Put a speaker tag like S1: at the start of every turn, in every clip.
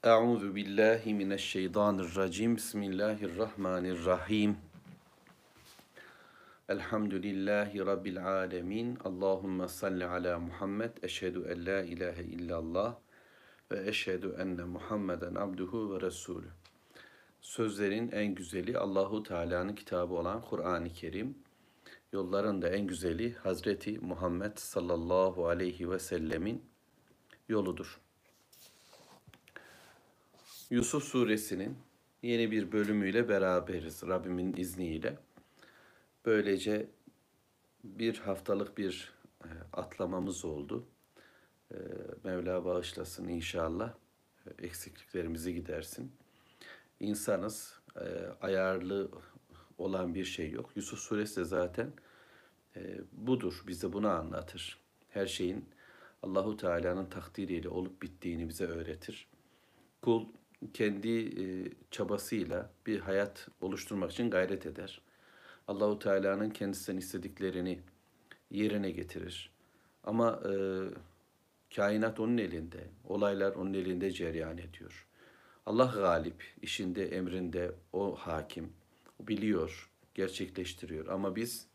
S1: Euzu billahi mineşşeytanirracim. Bismillahirrahmanirrahim. Elhamdülillahi rabbil alamin. Allahumme salli ala Muhammed. Eşhedü en la ilahe illallah ve eşhedü enne Muhammeden abduhu ve resulü. Sözlerin en güzeli Allahu Teala'nın kitabı olan Kur'an-ı Kerim. Yolların da en güzeli Hazreti Muhammed sallallahu aleyhi ve sellemin yoludur. Yusuf suresinin yeni bir bölümüyle beraberiz Rabbimin izniyle. Böylece bir haftalık bir atlamamız oldu. Mevla bağışlasın inşallah. Eksikliklerimizi gidersin. İnsanız, ayarlı olan bir şey yok. Yusuf suresi de zaten budur, bize bunu anlatır. Her şeyin Allahu Teala'nın takdiriyle olup bittiğini bize öğretir. Kul kendi çabasıyla bir hayat oluşturmak için gayret eder. Allahu Teala'nın kendisinden istediklerini yerine getirir. Ama kainat onun elinde, olaylar onun elinde cereyan ediyor. Allah galip, işinde, emrinde o hakim, o biliyor, gerçekleştiriyor. Ama biz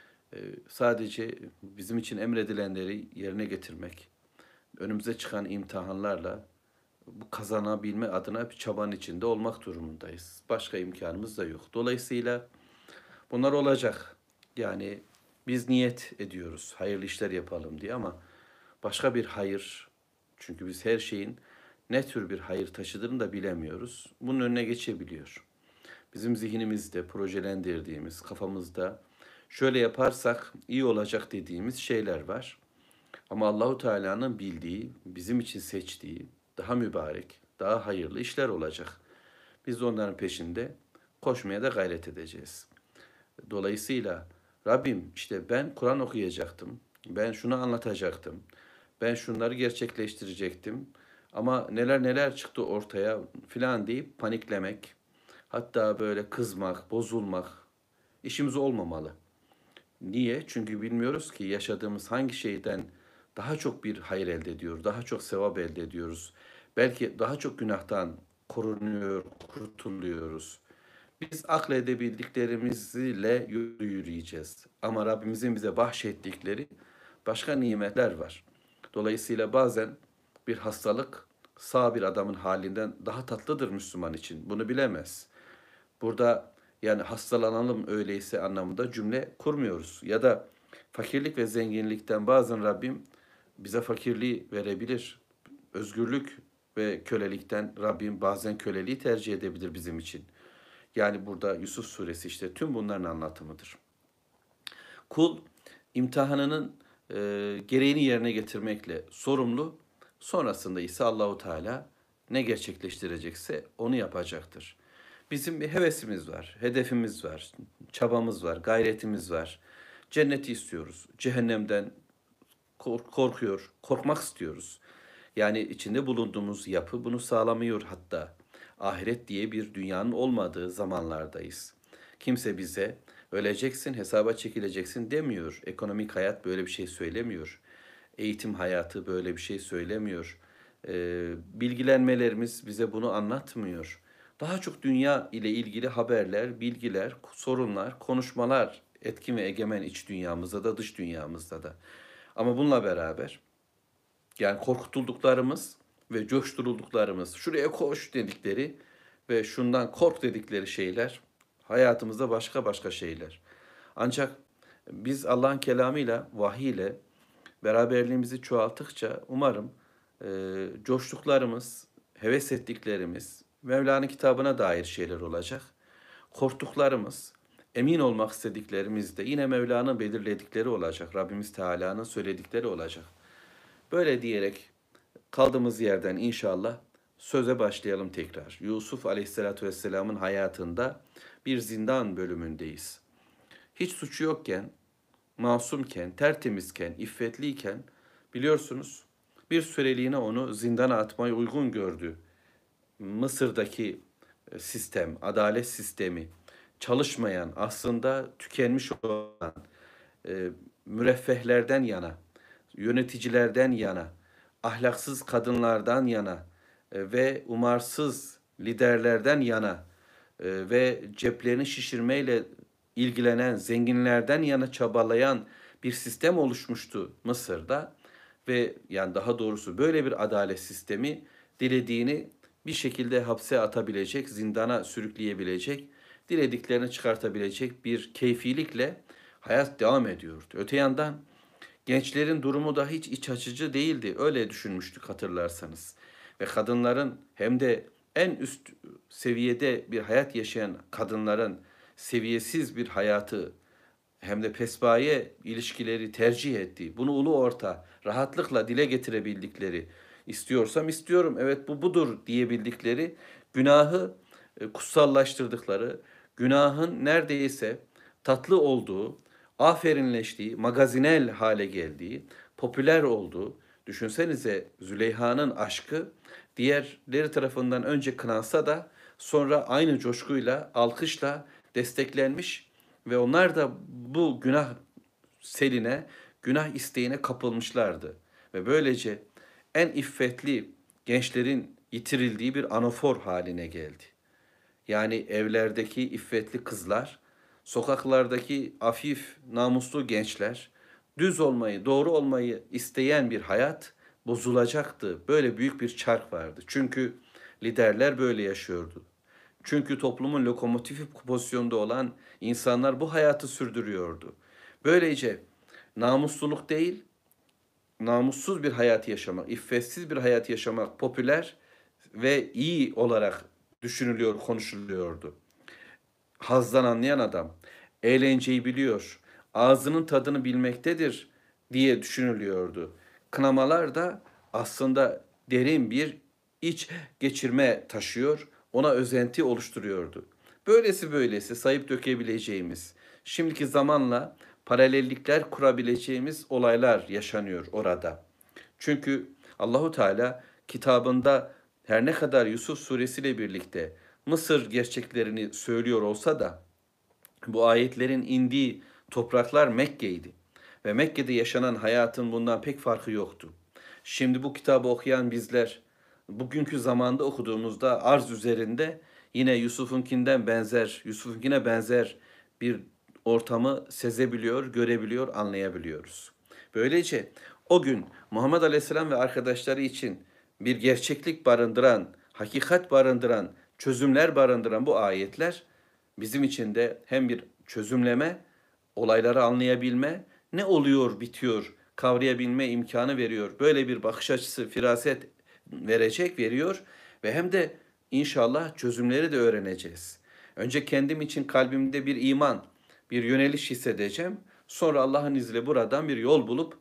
S1: sadece bizim için emredilenleri yerine getirmek, önümüze çıkan imtihanlarla bu kazanabilme adına bir çabanın içinde olmak durumundayız. Başka imkanımız da yok. Dolayısıyla bunlar olacak. Yani biz niyet ediyoruz hayırlı işler yapalım diye ama başka bir hayır, çünkü biz her şeyin ne tür bir hayır taşıdığını da bilemiyoruz. Bunun önüne geçebiliyor. Bizim zihnimizde projelendirdiğimiz, kafamızda şöyle yaparsak iyi olacak dediğimiz şeyler var. Ama Allahu Teala'nın bildiği, bizim için seçtiği daha mübarek, daha hayırlı işler olacak. Biz de onların peşinde koşmaya da gayret edeceğiz. Dolayısıyla Rabbim işte ben Kur'an okuyacaktım, ben şunu anlatacaktım, ben şunları gerçekleştirecektim ama neler neler çıktı ortaya filan deyip paniklemek, hatta böyle kızmak, bozulmak işimiz olmamalı. Niye? Çünkü bilmiyoruz ki yaşadığımız hangi şeyden daha çok bir hayır elde ediyoruz, daha çok sevap elde ediyoruz. Belki daha çok günahtan korunuyor, kurtuluyoruz. Biz akledebildiklerimizle yürüyeceğiz. Ama Rabbimizin bize bahşettikleri başka nimetler var. Dolayısıyla bazen bir hastalık sağ bir adamın halinden daha tatlıdır Müslüman için. Bunu bilemez. Burada yani hastalanalım öyleyse anlamında cümle kurmuyoruz. Ya da fakirlik ve zenginlikten bazen Rabbim bize fakirliği verebilir. Özgürlük ve kölelikten Rabbim bazen köleliği tercih edebilir bizim için. Yani burada Yusuf suresi işte tüm bunların anlatımıdır. Kul imtihanının gereğini yerine getirmekle sorumlu. Sonrasında ise Allahu Teala ne gerçekleştirecekse onu yapacaktır. Bizim bir hevesimiz var, hedefimiz var, çabamız var, gayretimiz var. Cenneti istiyoruz. Cehennemden korkmak istiyoruz. Yani içinde bulunduğumuz yapı bunu sağlamıyor hatta. Ahiret diye bir dünyanın olmadığı zamanlardayız. Kimse bize öleceksin, hesaba çekileceksin demiyor. Ekonomik hayat böyle bir şey söylemiyor. Eğitim hayatı böyle bir şey söylemiyor. Bilgilenmelerimiz bize bunu anlatmıyor. Daha çok dünya ile ilgili haberler, bilgiler, sorunlar, konuşmalar etkin ve egemen iç dünyamızda da dış dünyamızda da. Ama bununla beraber yani korkutulduklarımız ve coşturulduklarımız, şuraya koş dedikleri ve şundan kork dedikleri şeyler hayatımızda başka başka şeyler. Ancak biz Allah'ın kelamıyla, vahiyle beraberliğimizi çoğalttıkça umarım coştuklarımız, heves ettiklerimiz, Mevla'nın kitabına dair şeyler olacak. Korktuklarımız, emin olmak istediklerimiz de yine Mevla'nın belirledikleri olacak. Rabbimiz Teala'nın söyledikleri olacak. Böyle diyerek kaldığımız yerden inşallah söze başlayalım tekrar. Yusuf Aleyhisselatü Vesselam'ın hayatında bir zindan bölümündeyiz. Hiç suçu yokken, masumken, tertemizken, iffetliyken biliyorsunuz bir süreliğine onu zindana atmayı uygun gördü. Mısır'daki sistem, adalet sistemi çalışmayan, aslında tükenmiş olan, müreffehlerden yana, yöneticilerden yana, ahlaksız kadınlardan yana, ve umarsız liderlerden yana ve ceplerini şişirmeyle ilgilenen zenginlerden yana çabalayan bir sistem oluşmuştu Mısır'da ve yani daha doğrusu böyle bir adalet sistemi dilediğini bir şekilde hapse atabilecek, zindana sürükleyebilecek, dilediklerini çıkartabilecek bir keyfilikle hayat devam ediyordu. Öte yandan gençlerin durumu da hiç iç açıcı değildi. Öyle düşünmüştük hatırlarsanız. Ve kadınların hem de en üst seviyede bir hayat yaşayan kadınların seviyesiz bir hayatı hem de pespaye ilişkileri tercih ettiği, bunu ulu orta rahatlıkla dile getirebildikleri, istiyorsam istiyorum, evet bu budur diyebildikleri, günahı kutsallaştırdıkları, günahın neredeyse tatlı olduğu, aferinleştiği, magazinel hale geldiği, popüler olduğu, düşünsenize Züleyha'nın aşkı diğerleri tarafından önce kınansa da sonra aynı coşkuyla, alkışla desteklenmiş ve onlar da bu günah seline, günah isteğine kapılmışlardı. Ve böylece en iffetli gençlerin yitirildiği bir anafor haline geldi. Yani evlerdeki iffetli kızlar, sokaklardaki afif, namuslu gençler, düz olmayı, doğru olmayı isteyen bir hayat bozulacaktı. Böyle büyük bir çark vardı. Çünkü liderler böyle yaşıyordu. Çünkü toplumun lokomotifi pozisyonda olan insanlar bu hayatı sürdürüyordu. Böylece namusluluk değil, namussuz bir hayat yaşamak, iffetsiz bir hayat yaşamak popüler ve iyi olarak düşünülüyor, konuşuluyordu. Hazdan anlayan adam, eğlenceyi biliyor, ağzının tadını bilmektedir diye düşünülüyordu. Kınamalar da aslında derin bir iç geçirme taşıyor, ona özenti oluşturuyordu. Böylesi sayıp dökebileceğimiz, şimdiki zamanla paralellikler kurabileceğimiz olaylar yaşanıyor orada. Çünkü Allahu Teala kitabında her ne kadar Yusuf suresiyle birlikte Mısır gerçeklerini söylüyor olsa da bu ayetlerin indiği topraklar Mekke'ydi. Ve Mekke'de yaşanan hayatın bundan pek farkı yoktu. Şimdi bu kitabı okuyan bizler bugünkü zamanda okuduğumuzda arz üzerinde yine Yusuf'unkine benzer bir ortamı sezebiliyor, görebiliyor, anlayabiliyoruz. Böylece o gün Muhammed Aleyhisselam ve arkadaşları için bir gerçeklik barındıran, hakikat barındıran, çözümler barındıran bu ayetler bizim için de hem bir çözümleme, olayları anlayabilme, ne oluyor bitiyor kavrayabilme imkanı veriyor. Böyle bir bakış açısı, firaset veriyor ve hem de inşallah çözümleri de öğreneceğiz. Önce kendim için kalbimde bir iman, bir yöneliş hissedeceğim. Sonra Allah'ın izniyle buradan bir yol bulup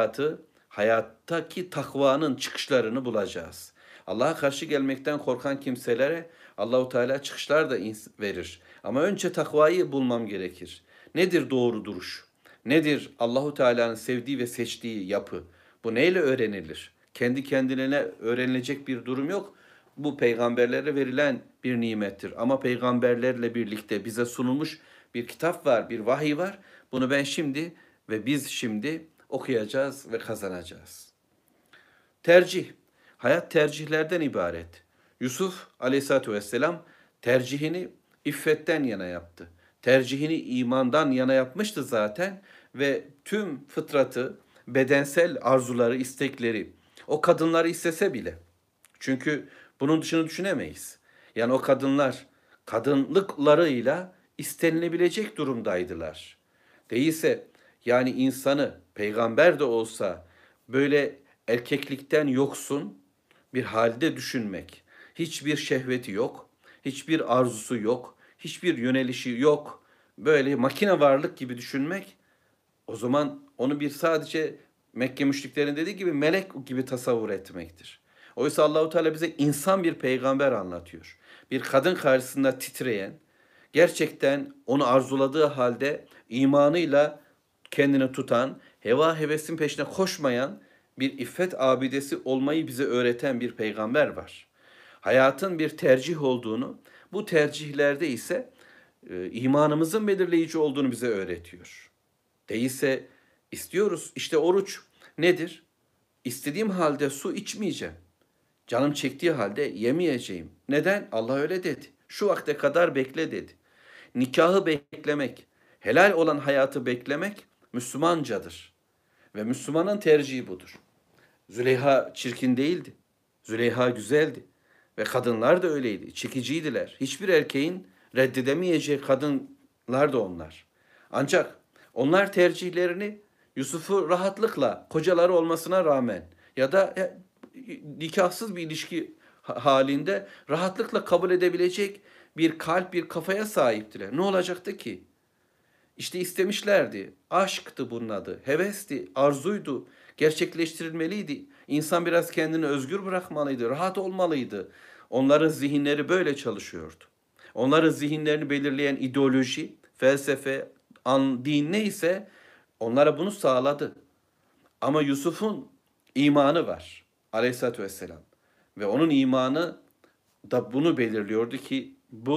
S1: hayattaki takvanın çıkışlarını bulacağız. Allah'a karşı gelmekten korkan kimselere Allahu Teala çıkışlar da verir. Ama önce takvayı bulmam gerekir. Nedir doğru duruş? Nedir Allahu Teala'nın sevdiği ve seçtiği yapı? Bu neyle öğrenilir? Kendi kendine öğrenilecek bir durum yok. Bu peygamberlere verilen bir nimettir. Ama peygamberlerle birlikte bize sunulmuş bir kitap var, bir vahiy var. Bunu biz şimdi okuyacağız ve kazanacağız. Tercih. Hayat tercihlerden ibaret. Yusuf aleyhissalatü vesselam tercihini iffetten yana yaptı. Tercihini imandan yana yapmıştı zaten ve tüm fıtratı, bedensel arzuları, istekleri, o kadınları istese bile. Çünkü bunun dışını düşünemeyiz. Yani o kadınlar kadınlıklarıyla istenilebilecek durumdaydılar. Değilse yani insanı peygamber de olsa böyle erkeklikten yoksun bir halde düşünmek. Hiçbir şehveti yok, hiçbir arzusu yok, hiçbir yönelişi yok. Böyle makine varlık gibi düşünmek o zaman onu bir sadece Mekke müşriklerin dediği gibi melek gibi tasavvur etmektir. Oysa Allahu Teala bize insan bir peygamber anlatıyor. Bir kadın karşısında titreyen, gerçekten onu arzuladığı halde imanıyla kendini tutan, heva hevesin peşine koşmayan bir iffet abidesi olmayı bize öğreten bir peygamber var. Hayatın bir tercih olduğunu, bu tercihlerde ise imanımızın belirleyici olduğunu bize öğretiyor. Değilse istiyoruz. İşte oruç nedir? İstediğim halde su içmeyeceğim. Canım çektiği halde yemeyeceğim. Neden? Allah öyle dedi. Şu vakte kadar bekle dedi. Nikahı beklemek, helal olan hayatı beklemek Müslümancadır. Ve Müslümanın tercihi budur. Züleyha çirkin değildi. Züleyha güzeldi. Ve kadınlar da öyleydi. Çekiciydiler. Hiçbir erkeğin reddedemeyeceği kadınlar da onlar. Ancak onlar tercihlerini Yusuf'u rahatlıkla kocaları olmasına rağmen ya da nikahsız bir ilişki halinde rahatlıkla kabul edebilecek bir kalp, bir kafaya sahiptiler. Ne olacaktı ki? İşte istemişlerdi. Aşktı bunun adı. Hevesti, arzuydu. Gerçekleştirilmeliydi. İnsan biraz kendini özgür bırakmalıydı. Rahat olmalıydı. Onların zihinleri böyle çalışıyordu. Onların zihinlerini belirleyen ideoloji, felsefe, din neyse onlara bunu sağladı. Ama Yusuf'un imanı var. Aleyhissalatü vesselam. Ve onun imanı da bunu belirliyordu ki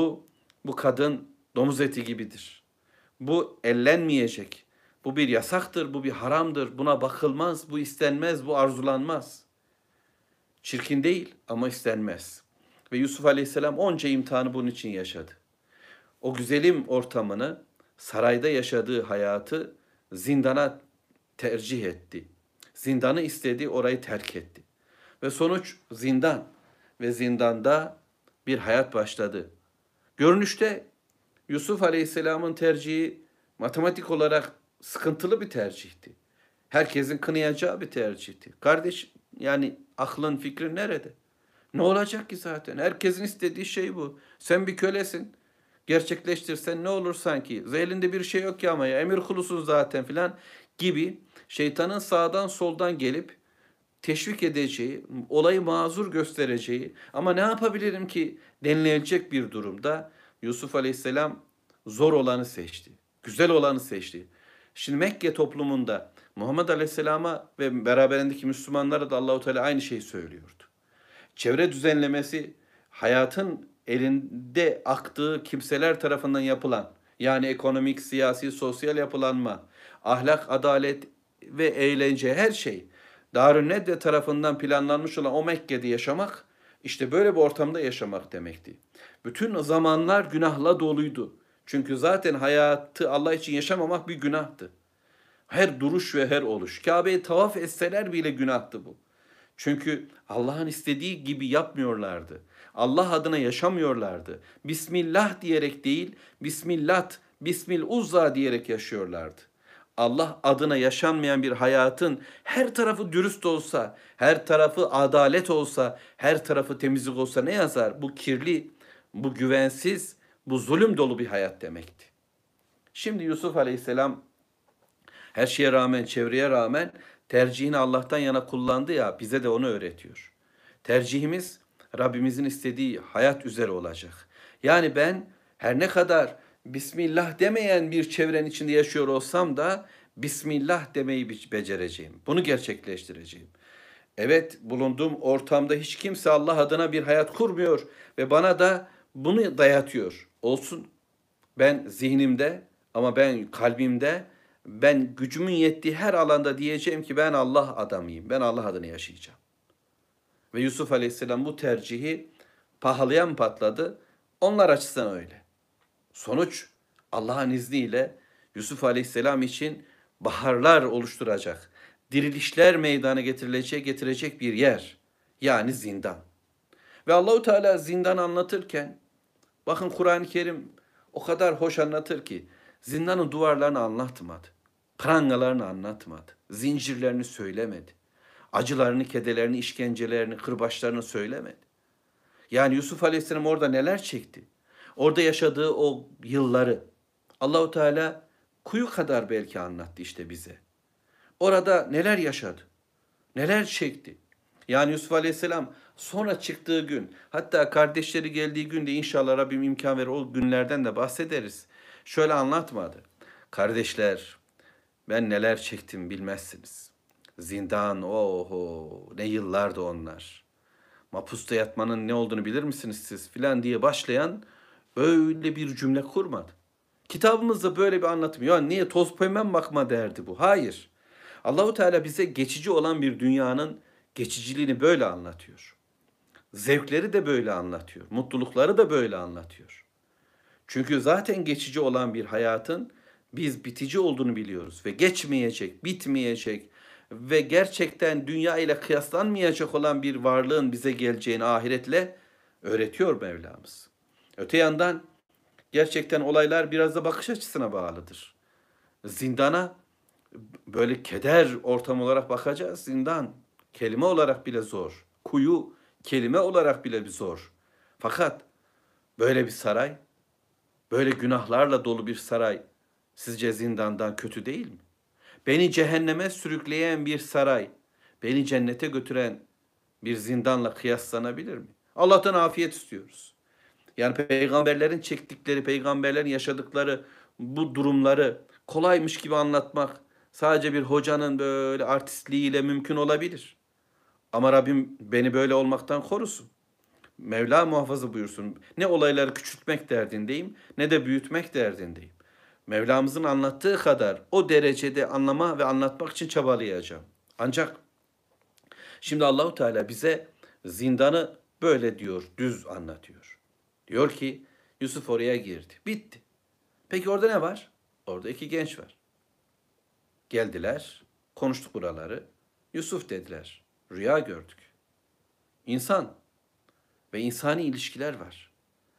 S1: bu kadın domuz eti gibidir. Bu ellenmeyecek. Bu bir yasaktır, bu bir haramdır. Buna bakılmaz, bu istenmez, bu arzulanmaz. Çirkin değil ama istenmez. Ve Yusuf Aleyhisselam onca imtihanı bunun için yaşadı. O güzelim ortamını, sarayda yaşadığı hayatı zindana tercih etti. Zindanı istedi, orayı terk etti. Ve sonuç zindan. Ve zindanda bir hayat başladı. Görünüşte Yusuf Aleyhisselam'ın tercihi matematik olarak sıkıntılı bir tercihti. Herkesin kınayacağı bir tercihti. Kardeş, yani aklın fikrin nerede? Ne olacak ki zaten? Herkesin istediği şey bu. Sen bir kölesin. Gerçekleştirsen ne olur sanki? Elinde bir şey yok ki ama ya emir kulusun zaten filan gibi şeytanın sağdan soldan gelip teşvik edeceği, olayı mazur göstereceği ama ne yapabilirim ki denilecek bir durumda Yusuf Aleyhisselam zor olanı seçti. Güzel olanı seçti. Şimdi Mekke toplumunda Muhammed Aleyhisselam'a ve beraberindeki Müslümanlara da Allahu Teala aynı şeyi söylüyordu. Çevre düzenlemesi hayatın elinde aktığı kimseler tarafından yapılan, yani ekonomik, siyasi, sosyal yapılanma, ahlak, adalet ve eğlence, her şey Darünnedve tarafından planlanmış olan o Mekke'de yaşamak, işte böyle bir ortamda yaşamak demekti. Bütün zamanlar günahla doluydu. Çünkü zaten hayatı Allah için yaşamamak bir günahtı. Her duruş ve her oluş. Kabe'yi tavaf etseler bile günahtı bu. Çünkü Allah'ın istediği gibi yapmıyorlardı. Allah adına yaşamıyorlardı. Bismillah diyerek değil, Bismillat, Bismil Uzza diyerek yaşıyorlardı. Allah adına yaşanmayan bir hayatın her tarafı dürüst olsa, her tarafı adalet olsa, her tarafı temizlik olsa ne yazar? Bu kirli, bu güvensiz, bu zulüm dolu bir hayat demekti. Şimdi Yusuf Aleyhisselam her şeye rağmen, çevreye rağmen tercihini Allah'tan yana kullandı ya, bize de onu öğretiyor. Tercihimiz Rabbimizin istediği hayat üzere olacak. Yani ben her ne kadar Bismillah demeyen bir çevrenin içinde yaşıyor olsam da Bismillah demeyi becereceğim. Bunu gerçekleştireceğim. Evet, bulunduğum ortamda hiç kimse Allah adına bir hayat kurmuyor ve bana da bunu dayatıyor. Olsun. Ben zihnimde ama ben kalbimde, ben gücümün yettiği her alanda diyeceğim ki ben Allah adamıyım. Ben Allah adına yaşayacağım. Ve Yusuf Aleyhisselam bu tercihi pahalıya mı patladı? Onlar açısından öyle. Sonuç Allah'ın izniyle Yusuf Aleyhisselam için baharlar oluşturacak, dirilişler meydana getirecek bir yer. Yani zindan. Ve Allahu Teala zindan anlatırken, bakın Kur'an-ı Kerim o kadar hoş anlatır ki zindanın duvarlarını anlatmadı. Prangalarını anlatmadı. Zincirlerini söylemedi. Acılarını, kedelerini, işkencelerini, kırbaçlarını söylemedi. Yani Yusuf Aleyhisselam orada neler çekti? Orada yaşadığı o yılları Allahu Teala kuyu kadar belki anlattı işte bize. Orada neler yaşadı? Neler çekti? Yani Yusuf Aleyhisselam sonra çıktığı gün, hatta kardeşleri geldiği günde inşallah Rabbim imkan verir o günlerden de bahsederiz. Şöyle anlatmadı. Kardeşler, ben neler çektim bilmezsiniz. Zindan, oho, ne yıllardı onlar. Mapusta yatmanın ne olduğunu bilir misiniz siz filan diye başlayan böyle bir cümle kurmadı. Kitabımızda böyle bir anlatım. Ya niye toz pemben bakma derdi bu. Hayır. Allahu Teala bize geçici olan bir dünyanın geçiciliğini böyle anlatıyor. Zevkleri de böyle anlatıyor. Mutlulukları da böyle anlatıyor. Çünkü zaten geçici olan bir hayatın biz bitici olduğunu biliyoruz ve geçmeyecek, bitmeyecek ve gerçekten dünya ile kıyaslanmayacak olan bir varlığın bize geleceğini ahiretle öğretiyor Mevlamız. Öte yandan gerçekten olaylar biraz da bakış açısına bağlıdır. Zindana böyle keder ortamı olarak bakacağız. Zindan kelime olarak bile zor. Kuyu kelime olarak bile bir zor. Fakat böyle bir saray, böyle günahlarla dolu bir saray sizce zindandan kötü değil mi? Beni cehenneme sürükleyen bir saray, beni cennete götüren bir zindanla kıyaslanabilir mi? Allah'tan afiyet istiyoruz. Yani peygamberlerin çektikleri, peygamberlerin yaşadıkları bu durumları kolaymış gibi anlatmak sadece bir hocanın böyle artistliğiyle mümkün olabilir. Ama Rabbim beni böyle olmaktan korusun. Mevla muhafaza buyursun. Ne olayları küçültmek derdindeyim ne de büyütmek derdindeyim. Mevlamızın anlattığı kadar o derecede anlama ve anlatmak için çabalayacağım. Ancak şimdi Allahu Teala bize zindanı böyle diyor, düz anlatıyor. Diyor ki Yusuf oraya girdi. Bitti. Peki orada ne var? Orada iki genç var. Geldiler, konuştuk buraları. Yusuf dediler. Rüya gördük. İnsan ve insani ilişkiler var.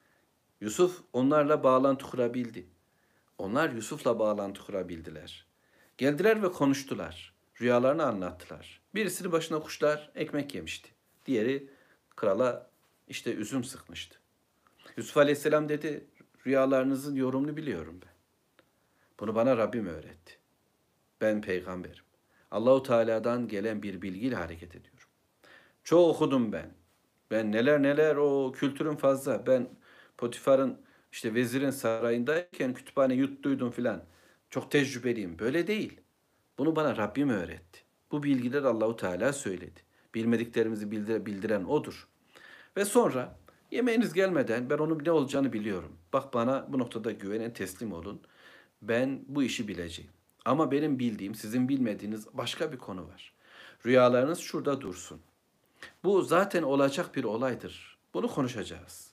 S1: Yusuf onlarla bağlantı kurabildi. Onlar Yusuf'la bağlantı kurabildiler. Geldiler ve konuştular. Rüyalarını anlattılar. Birisinin başına kuşlar ekmek yemişti. Diğeri krala işte üzüm sıkmıştı. Yusuf Aleyhisselam dedi, rüyalarınızın yorumunu biliyorum ben. Bunu bana Rabbim öğretti. Ben peygamberim. Allahu Teala'dan gelen bir bilgiyle hareket ediyorum. Çoğu okudum ben. Ben neler neler o kültürüm fazla. Ben Potifar'ın işte vezirin sarayındayken kütüphane yuttuydum filan. Çok tecrübeliyim. Böyle değil. Bunu bana Rabbim öğretti. Bu bilgiler Allahu Teala söyledi. Bilmediklerimizi bildiren odur. Ve sonra yemeğiniz gelmeden ben onun ne olacağını biliyorum. Bak bana bu noktada güvenen teslim olun. Ben bu işi bileceğim. Ama benim bildiğim, sizin bilmediğiniz başka bir konu var. Rüyalarınız şurada dursun. Bu zaten olacak bir olaydır. Bunu konuşacağız.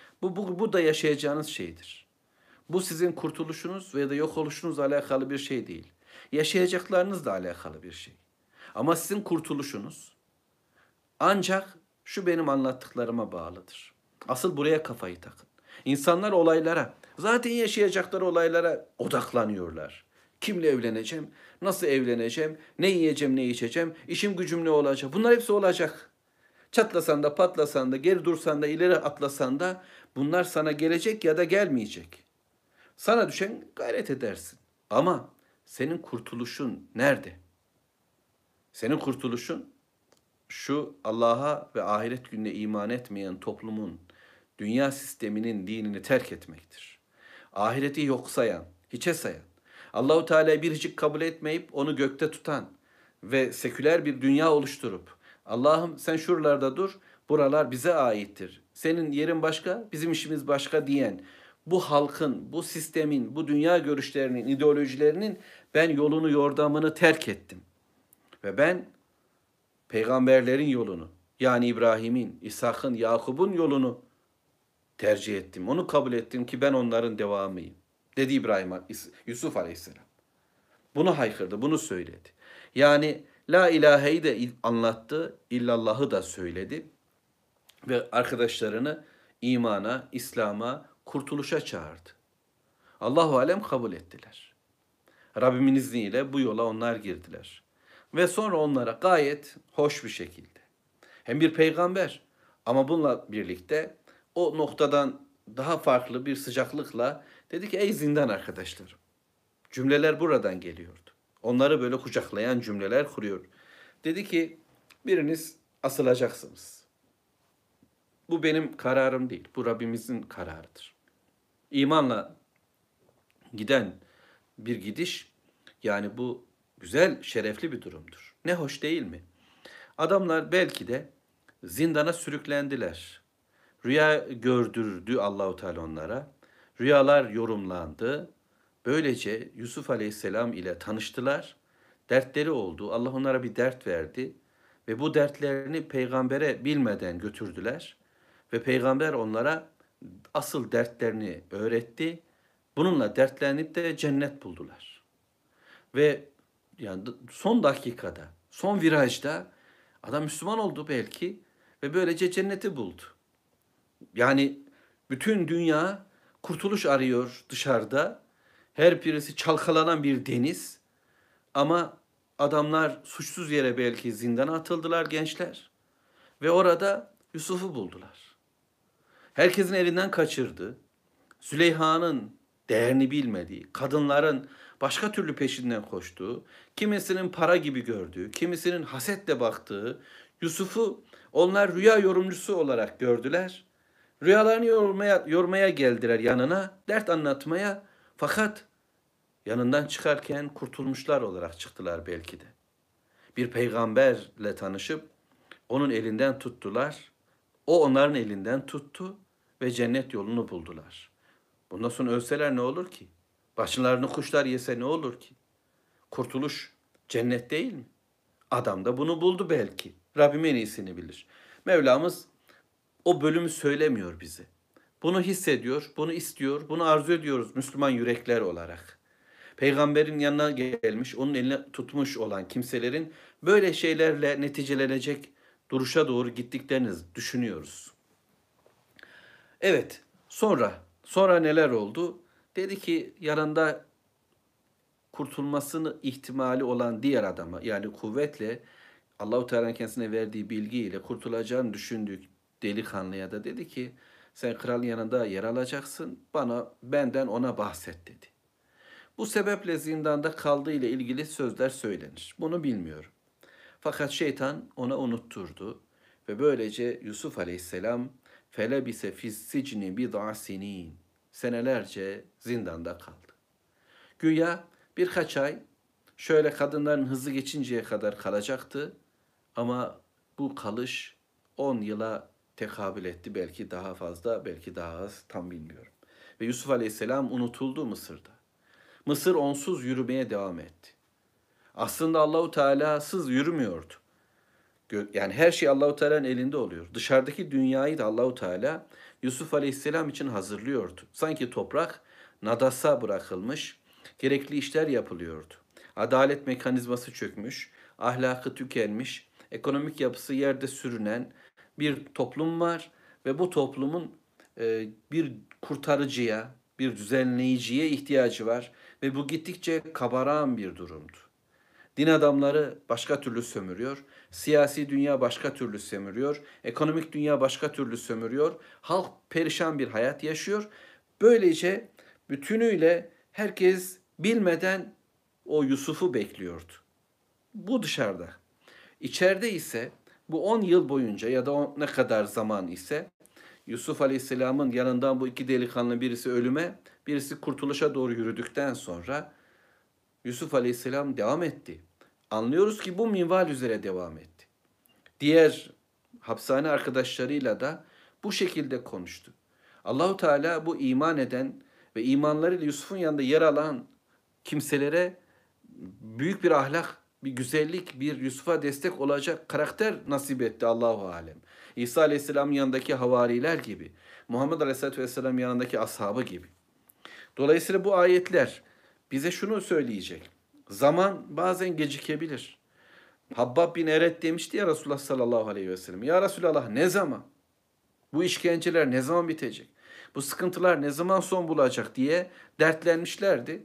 S1: Bu da yaşayacağınız şeydir. Bu sizin kurtuluşunuz veya da yok oluşunuzla alakalı bir şey değil. Yaşayacaklarınızla alakalı bir şey. Ama sizin kurtuluşunuz ancak şu benim anlattıklarıma bağlıdır. Asıl buraya kafayı takın. İnsanlar olaylara, zaten yaşayacakları olaylara odaklanıyorlar. Kimle evleneceğim, nasıl evleneceğim, ne yiyeceğim, ne içeceğim, işim gücüm ne olacak. Bunlar hepsi olacak. Çatlasan da patlasan da geri dursan da ileri atlasan da bunlar sana gelecek ya da gelmeyecek. Sana düşen gayret edersin. Ama senin kurtuluşun nerede? Senin kurtuluşun şu Allah'a ve ahiret gününe iman etmeyen toplumun, dünya sisteminin dinini terk etmektir. Ahireti yok sayan, hiçe sayan, Allahu Teala'yı biricik kabul etmeyip onu gökte tutan ve seküler bir dünya oluşturup Allah'ım sen şuralarda dur, buralar bize aittir. Senin yerin başka, bizim işimiz başka diyen bu halkın, bu sistemin, bu dünya görüşlerinin, ideolojilerinin ben yolunu, yordamını terk ettim. Ve ben peygamberlerin yolunu, yani İbrahim'in, İshak'ın, Yakub'un yolunu tercih ettim. Onu kabul ettim ki ben onların devamıyım. Dedi Yusuf Aleyhisselam. Bunu haykırdı, bunu söyledi. Yani la ilaheyi de anlattı, illallahı da söyledi. Ve arkadaşlarını imana, İslam'a, kurtuluşa çağırdı. Allahu alem kabul ettiler. Rabbimin izniyle bu yola onlar girdiler. Ve sonra onlara gayet hoş bir şekilde hem bir peygamber ama bununla birlikte o noktadan daha farklı bir sıcaklıkla dedi ki ey zindan arkadaşlarım. Cümleler buradan geliyordu. Onları böyle kucaklayan cümleler kuruyor. Dedi ki biriniz asılacaksınız. Bu benim kararım değil. Bu Rabbimizin kararıdır. İmanla giden bir gidiş yani bu güzel, şerefli bir durumdur. Ne hoş değil mi? Adamlar belki de zindana sürüklendiler. Rüya gördürdü Allahu Teala onlara. Rüyalar yorumlandı. Böylece Yusuf Aleyhisselam ile tanıştılar. Dertleri oldu. Allah onlara bir dert verdi Ve bu dertlerini peygambere bilmeden götürdüler. Ve peygamber onlara asıl dertlerini öğretti. Bununla dertlenip de cennet buldular. Ve yani son dakikada, son virajda adam Müslüman oldu belki ve böylece cenneti buldu. Yani bütün dünya kurtuluş arıyor dışarıda. Her birisi çalkalanan bir deniz. Ama adamlar suçsuz yere belki zindana atıldılar gençler. Ve orada Yusuf'u buldular. Herkesin elinden kaçırdı. Züleyha'nın değerini bilmediği, kadınların başka türlü peşinden koştuğu, kimisinin para gibi gördüğü, kimisinin hasetle baktığı Yusuf'u onlar rüya yorumcusu olarak gördüler. Rüyalarını yormaya geldiler yanına, dert anlatmaya. Fakat yanından çıkarken kurtulmuşlar olarak çıktılar belki de. Bir peygamberle tanışıp onun elinden tuttular. O onların elinden tuttu ve cennet yolunu buldular. Bundan sonra ölseler ne olur ki? Başlarını kuşlar yese ne olur ki? Kurtuluş cennet değil mi? Adam da bunu buldu belki. Rabbim en iyisini bilir. Mevlamız o bölümü söylemiyor bize. Bunu hissediyor, bunu istiyor, bunu arzu ediyoruz Müslüman yürekler olarak. Peygamberin yanına gelmiş, onun eline tutmuş olan kimselerin böyle şeylerle neticelenecek duruşa doğru gittiklerini düşünüyoruz. Evet, sonra neler oldu? Dedi ki yanında kurtulmasını ihtimali olan diğer adama yani kuvvetle Allahu Teala'nın kendisine verdiği bilgiyle kurtulacağını düşündüğü delikanlıya da dedi ki sen kralın yanında yer alacaksın. Benden ona bahset dedi. Bu sebeple zindanda kaldığı ile ilgili sözler söylenir. Bunu bilmiyorum. Fakat şeytan ona unutturdu ve böylece Yusuf Aleyhisselam felebise fis-sicni bid'a sinin senelerce zindanda kaldı. Güya birkaç ay şöyle kadınların hızı geçinceye kadar kalacaktı ama bu kalış 10 yıla tekabül etti. Belki daha fazla, belki daha az tam bilmiyorum. Ve Yusuf Aleyhisselam unutuldu Mısır'da. Mısır onsuz yürümeye devam etti. Aslında Allahu Teala'sız yürümüyordu. Yani her şey Allahu Teala'nın elinde oluyor. Dışarıdaki dünyayı da Allahu Teala Yusuf Aleyhisselam için hazırlıyordu. Sanki toprak nadasa bırakılmış, gerekli işler yapılıyordu. Adalet mekanizması çökmüş, ahlakı tükenmiş, ekonomik yapısı yerde sürünen bir toplum var ve bu toplumun bir kurtarıcıya, bir düzenleyiciye ihtiyacı var ve bu gittikçe kabaran bir durumdu. Din adamları başka türlü sömürüyor, siyasi dünya başka türlü sömürüyor, ekonomik dünya başka türlü sömürüyor, halk perişan bir hayat yaşıyor. Böylece bütünüyle herkes bilmeden o Yusuf'u bekliyordu. Bu dışarıda. İçeride ise bu 10 yıl boyunca ya da ne kadar zaman ise Yusuf Aleyhisselam'ın yanından bu iki delikanlı birisi ölüme, birisi kurtuluşa doğru yürüdükten sonra Yusuf Aleyhisselam devam etti. Anlıyoruz ki bu minval üzere devam etti. Diğer hapishane arkadaşlarıyla da bu şekilde konuştu. Allahu Teala bu iman eden ve imanlarıyla Yusuf'un yanında yer alan kimselere büyük bir ahlak, bir güzellik, bir Yusuf'a destek olacak karakter nasip etti Allahu alem. İsa Aleyhisselam'ın yanındaki havariler gibi, Muhammed Aleyhisselatü Vesselam'ın yanındaki ashabı gibi. Dolayısıyla bu ayetler bize şunu söyleyecek. Zaman bazen gecikebilir. Habbab bin Eret demişti ya Resulullah sallallahu aleyhi ve sellem. Ya Resulallah ne zaman? Bu işkenceler ne zaman bitecek? Bu sıkıntılar ne zaman son bulacak diye dertlenmişlerdi.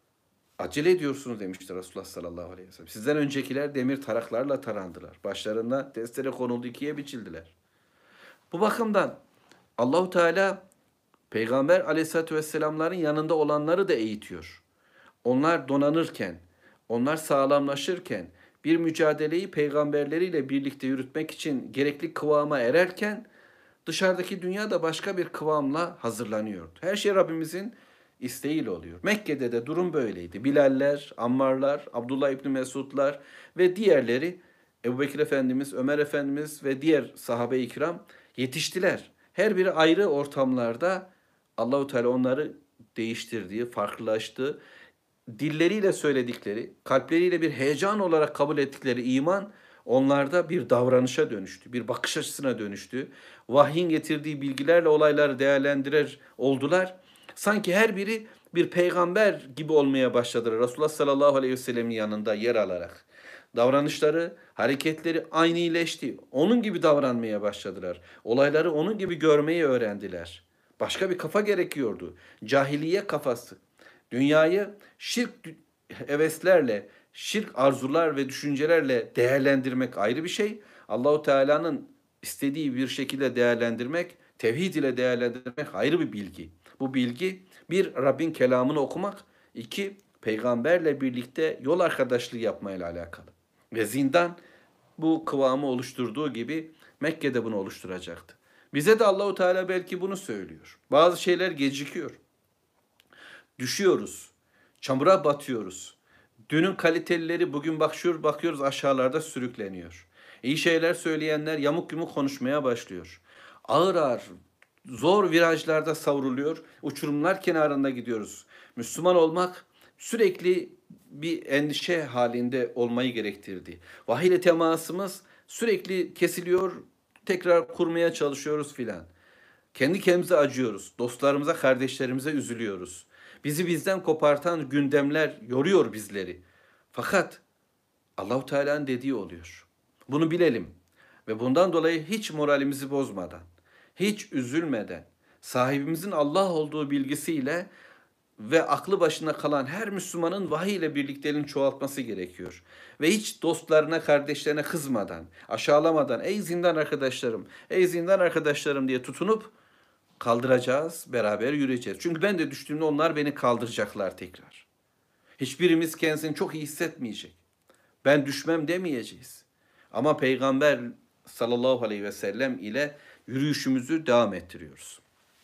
S1: Acele ediyorsunuz demişti Resulullah sallallahu aleyhi ve sellem. Sizden öncekiler demir taraklarla tarandılar. Başlarına testere konuldu, ikiye biçildiler. Bu bakımdan Allahu Teala Peygamber aleyhissalatü vesselamların yanında olanları da eğitiyor. Onlar donanırken, onlar sağlamlaşırken, bir mücadeleyi peygamberleriyle birlikte yürütmek için gerekli kıvama ererken dışarıdaki dünya da başka bir kıvamla hazırlanıyor. Her şey Rabbimizin isteğiyle oluyor. Mekke'de de durum böyleydi. Bilaller, Ammarlar, Abdullah İbni Mesudlar ve diğerleri Ebu Bekir Efendimiz, Ömer Efendimiz ve diğer sahabe-i kiram yetiştiler. Her biri ayrı ortamlarda Allahu Teala onları değiştirdiği, farklılaştığı, dilleriyle söyledikleri, kalpleriyle bir heyecan olarak kabul ettikleri iman onlarda bir davranışa dönüştü, bir bakış açısına dönüştü. Vahyin getirdiği bilgilerle olayları değerlendirir oldular. Sanki her biri bir peygamber gibi olmaya başladılar. Resulullah sallallahu aleyhi ve sellemin yanında yer alarak. Davranışları, hareketleri aynıleşti. Onun gibi davranmaya başladılar. Olayları onun gibi görmeyi öğrendiler. Başka bir kafa gerekiyordu. Cahiliye kafası. Dünyayı şirk heveslerle, şirk arzular ve düşüncelerle değerlendirmek ayrı bir şey. Allahu Teala'nın istediği bir şekilde değerlendirmek, tevhid ile değerlendirmek ayrı bir bilgi. Bu bilgi bir Rabbin kelamını okumak, iki peygamberle birlikte yol arkadaşlığı yapmayla alakalı. Ve zindan bu kıvamı oluşturduğu gibi Mekke'de bunu oluşturacaktı. Bize de Allahu Teala belki bunu söylüyor. Bazı şeyler gecikiyor. Düşüyoruz. Çamura batıyoruz. Dünün kalitelileri bugün bakıyoruz aşağılarda sürükleniyor. İyi şeyler söyleyenler yamuk yumuk konuşmaya başlıyor. Ağır ağır, zor virajlarda savruluyor. Uçurumlar kenarında gidiyoruz. Müslüman olmak sürekli bir endişe halinde olmayı gerektirdi. Vahiy ile temasımız sürekli kesiliyor, tekrar kurmaya çalışıyoruz filan. Kendi kendimize acıyoruz. Dostlarımıza, kardeşlerimize üzülüyoruz. Bizi bizden kopartan gündemler yoruyor bizleri. Fakat Allahu Teala'nın dediği oluyor. Bunu bilelim ve bundan dolayı hiç moralimizi bozmadan, hiç üzülmeden, sahibimizin Allah olduğu bilgisiyle ve aklı başına kalan her Müslümanın vahiy ile birlikteliğini çoğaltması gerekiyor. Ve hiç dostlarına, kardeşlerine kızmadan, aşağılamadan, ey zindan arkadaşlarım, ey zindan arkadaşlarım diye tutunup kaldıracağız, beraber yürüyeceğiz. Çünkü ben de düştüğümde onlar beni kaldıracaklar tekrar. Hiçbirimiz kendisini çok iyi hissetmeyecek. Ben düşmem demeyeceğiz. Ama Peygamber sallallahu aleyhi ve sellem ile yürüyüşümüzü devam ettiriyoruz.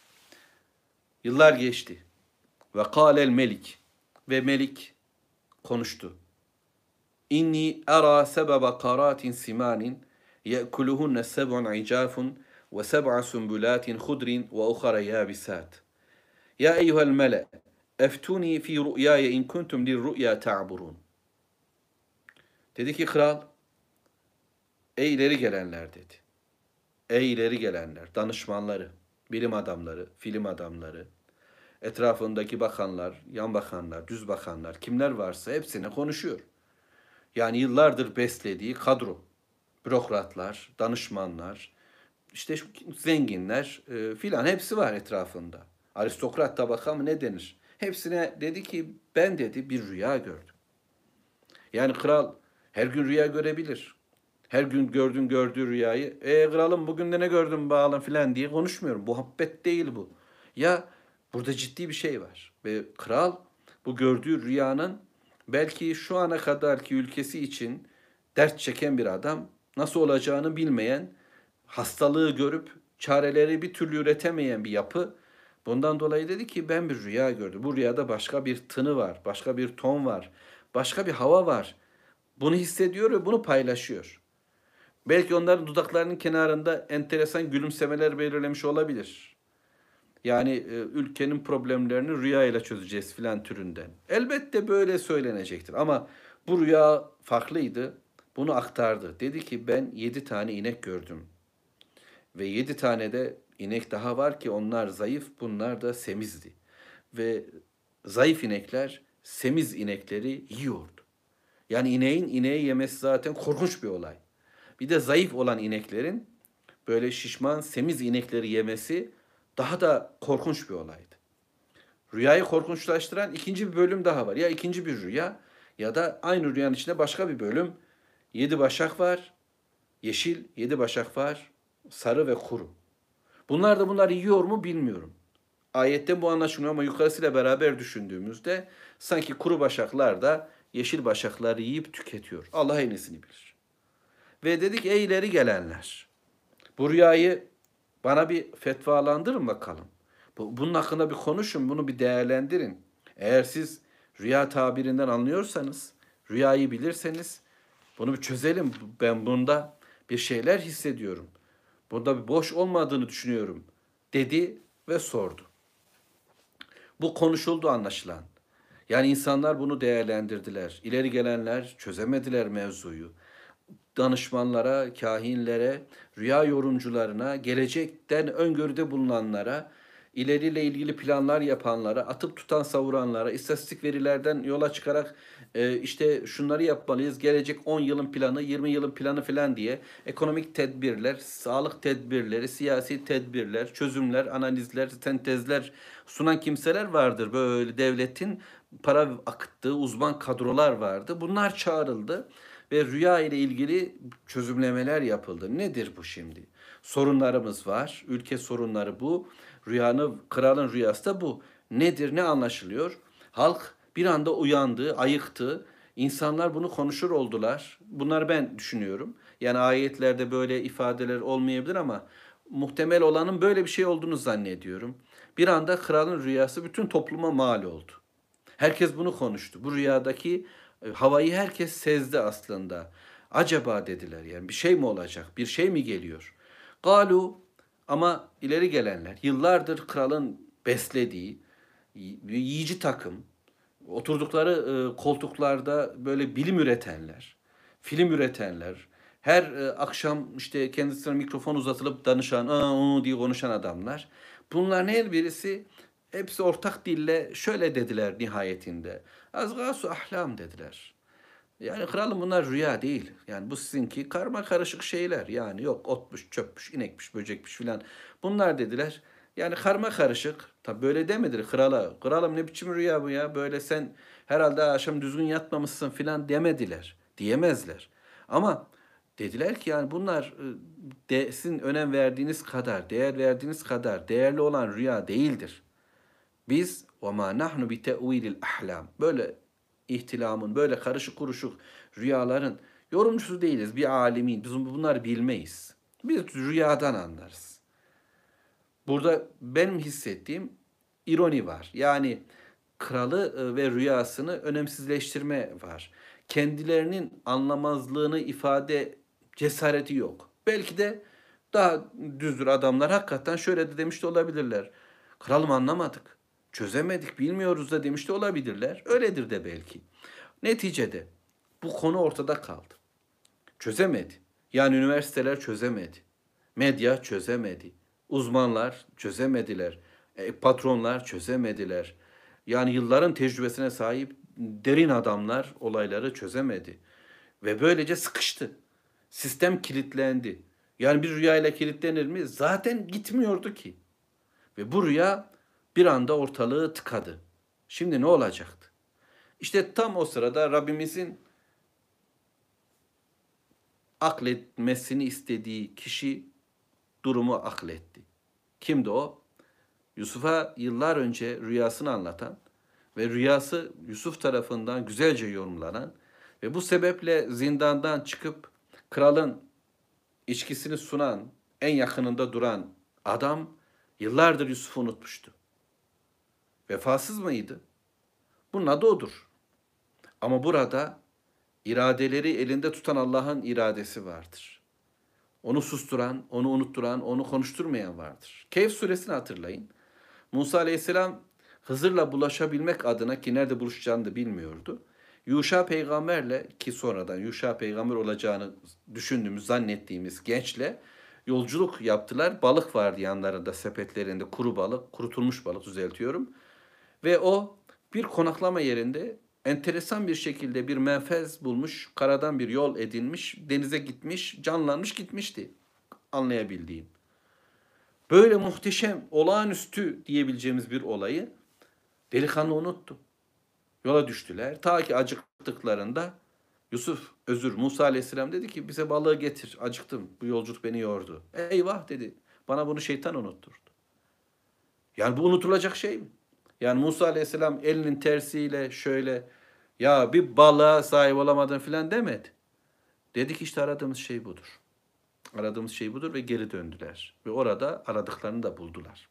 S1: Yıllar geçti. Ve kâlel melik. Ve melik konuştu. İnni ara sebebe karatin simanin ye'kuluhunne seb'un icafun ve seb'a sümbülatin hudrin ve ukhara yabisat. Ya eyyuhel mele eftuni fi ru'yaya in kuntum lir ru'ya ta'burun. Dedi ki kral, ey ileri gelenler dedi. Ey ileri gelenler, danışmanları, bilim adamları, film adamları, etrafındaki bakanlar, yan bakanlar, düz bakanlar, kimler varsa hepsine konuşuyor. Yani yıllardır beslediği kadro, bürokratlar, danışmanlar, işte zenginler filan hepsi var etrafında. Aristokrat tabaka mı ne denir? Hepsine dedi ki ben dedi bir rüya gördüm. Yani kral her gün rüya görebilir. Her gün gördüğü rüyayı kralım bugün de ne gördün bağlan filan diye konuşmuyorum. Muhabbet değil bu. Ya burada ciddi bir şey var. Ve kral bu gördüğü rüyanın belki şu ana kadarki ülkesi için dert çeken bir adam, nasıl olacağını bilmeyen, hastalığı görüp çareleri bir türlü üretemeyen bir yapı. Bundan dolayı dedi ki ben bir rüya gördüm. Bu rüyada başka bir tını var, başka bir ton var, başka bir hava var. Bunu hissediyor ve bunu paylaşıyor. Belki onların dudaklarının kenarında enteresan gülümsemeler belirlemiş olabilir. Yani ülkenin problemlerini rüya ile çözeceğiz filan türünden. Elbette böyle söylenecektir ama bu rüya farklıydı. Bunu aktardı. Dedi ki ben 7 tane inek gördüm. Ve 7 tane de inek daha var ki onlar zayıf, bunlar da semizdi. Ve zayıf inekler semiz inekleri yiyordu. Yani ineği yemesi zaten korkunç bir olay. Bir de zayıf olan ineklerin böyle şişman, semiz inekleri yemesi daha da korkunç bir olaydı. Rüyayı korkunçlaştıran ikinci bir bölüm daha var. Ya ikinci bir rüya ya da aynı rüyanın içinde başka bir bölüm. 7 başak var, yeşil, 7 başak var, sarı ve kuru. Bunlar yiyor mu bilmiyorum. Ayetten bu anlaşılıyor ama yukarısıyla beraber düşündüğümüzde sanki kuru başaklar da yeşil başakları yiyip tüketiyor. Allah en iyisini bilir. Ve dedik ey ileri gelenler. Bu rüyayı bana bir fetvalandırın bakalım. Bunun hakkında bir konuşun, bunu bir değerlendirin. Eğer siz rüya tabirinden anlıyorsanız, rüyayı bilirseniz bunu bir çözelim. Ben bunda bir şeyler hissediyorum. Bunda bir boş olmadığını düşünüyorum dedi ve sordu. Bu konuşuldu anlaşılan. Yani insanlar bunu değerlendirdiler. İleri gelenler çözemediler mevzuyu. danışmanlara, kahinlere, rüya yorumcularına, gelecekten öngörüde bulunanlara, ileriyle ilgili planlar yapanlara, atıp tutan savuranlara, istatistik verilerden yola çıkarak işte şunları yapmalıyız, gelecek 10 yılın planı, 20 yılın planı falan diye ekonomik tedbirler, sağlık tedbirleri, siyasi tedbirler, çözümler, analizler, sentezler sunan kimseler vardır. Böyle devletin para akıttığı uzman kadrolar vardı. Bunlar çağrıldı ve rüya ile ilgili çözümlemeler yapıldı. Nedir bu şimdi? Sorunlarımız var. Ülke sorunları bu. Kralın rüyası da bu. Nedir? Ne anlaşılıyor? Halk bir anda uyandı, ayıktı. İnsanlar bunu konuşur oldular. Bunları ben düşünüyorum. Yani ayetlerde böyle ifadeler olmayabilir ama muhtemel olanın böyle bir şey olduğunu zannediyorum. Bir anda kralın rüyası bütün topluma mal oldu. Herkes bunu konuştu. Bu rüyadaki havayı herkes sezdi aslında. Acaba dediler, yani bir şey mi olacak? Bir şey mi geliyor? Galu, ama ileri gelenler yıllardır kralın beslediği yiyici takım, oturdukları koltuklarda böyle bilim üretenler, film üretenler, her akşam işte kendisine mikrofon uzatılıp danışan, diye konuşan adamlar. Bunların her birisi, hepsi ortak dille şöyle dediler nihayetinde. Azgasu ahlam dediler. Yani kralım, bunlar rüya değil. Yani bu sizinki karma karışık şeyler. Yani yok otmuş, çöpmüş, inekmiş, böcekmiş filan. Bunlar dediler. Yani karma karışık. Tabi böyle demediler krala. Kralım ne biçim rüya bu ya? Böyle sen herhalde akşam düzgün yatmamışsın filan demediler. Diyemezler. Ama dediler ki yani bunlar sizin önem verdiğiniz kadar, değer verdiğiniz kadar değerli olan rüya değildir. Biz وَمَا نَحْنُ بِتَأْوِيلِ الْأَحْلَامِ böyle ihtilamın, böyle karışık kuruşuk rüyaların yorumcusu değiliz. Bir alimin. Biz bunları bilmeyiz. Biz rüyadan anlarız. Burada benim hissettiğim ironi var. Yani kralı ve rüyasını önemsizleştirme var. Kendilerinin anlamazlığını ifade cesareti yok. Belki de daha düzdür adamlar hakikaten şöyle de demiş de olabilirler. Kralım anlamadık, çözemedik, bilmiyoruz da demiş de olabilirler. Öyledir de belki. Neticede bu konu ortada kaldı. Çözemedi. Yani üniversiteler çözemedi. Medya çözemedi. Uzmanlar çözemediler. Patronlar çözemediler. Yani yılların tecrübesine sahip derin adamlar olayları çözemedi. Ve böylece sıkıştı. Sistem kilitlendi. Yani bir rüyayla kilitlenir mi? Zaten gitmiyordu ki. Ve bu rüya bir anda ortalığı tıkadı. Şimdi ne olacaktı? İşte tam o sırada Rabbimizin akletmesini istediği kişi durumu akletti. Kimdi o? Yusuf'a yıllar önce rüyasını anlatan ve rüyası Yusuf tarafından güzelce yorumlanan ve bu sebeple zindandan çıkıp kralın içkisini sunan, en yakınında duran adam yıllardır Yusuf'u unutmuştu. Vefasız mıydı? Bunun adı odur. Ama burada iradeleri elinde tutan Allah'ın iradesi vardır. Onu susturan, onu unutturan, onu konuşturmayan vardır. Kehf suresini hatırlayın. Musa aleyhisselam Hızır'la bulaşabilmek adına, ki nerede buluşacağını da bilmiyordu, Yuşa peygamberle, ki sonradan Yuşa peygamber olacağını düşündüğümüz, zannettiğimiz gençle yolculuk yaptılar. Balık vardı yanlarında, sepetlerinde, kuru balık, kurutulmuş balık düzeltiyorum. Ve o bir konaklama yerinde enteresan bir şekilde bir menfez bulmuş, karadan bir yol edinmiş, denize gitmiş, canlanmış gitmişti anlayabildiğim. Böyle muhteşem, olağanüstü diyebileceğimiz bir olayı delikanlı unuttu. Yola düştüler. Ta ki acıktıklarında Musa Aleyhisselam dedi ki bize balığı getir. Acıktım. Bu yolculuk beni yordu. Eyvah dedi. Bana bunu şeytan unutturdu. Yani bu unutulacak şey mi? Yani Musa Aleyhisselam elinin tersiyle şöyle ya bir balığa sahip olamadın filan demedi. Dedi ki işte aradığımız şey budur. Aradığımız şey budur ve geri döndüler. Ve orada aradıklarını da buldular.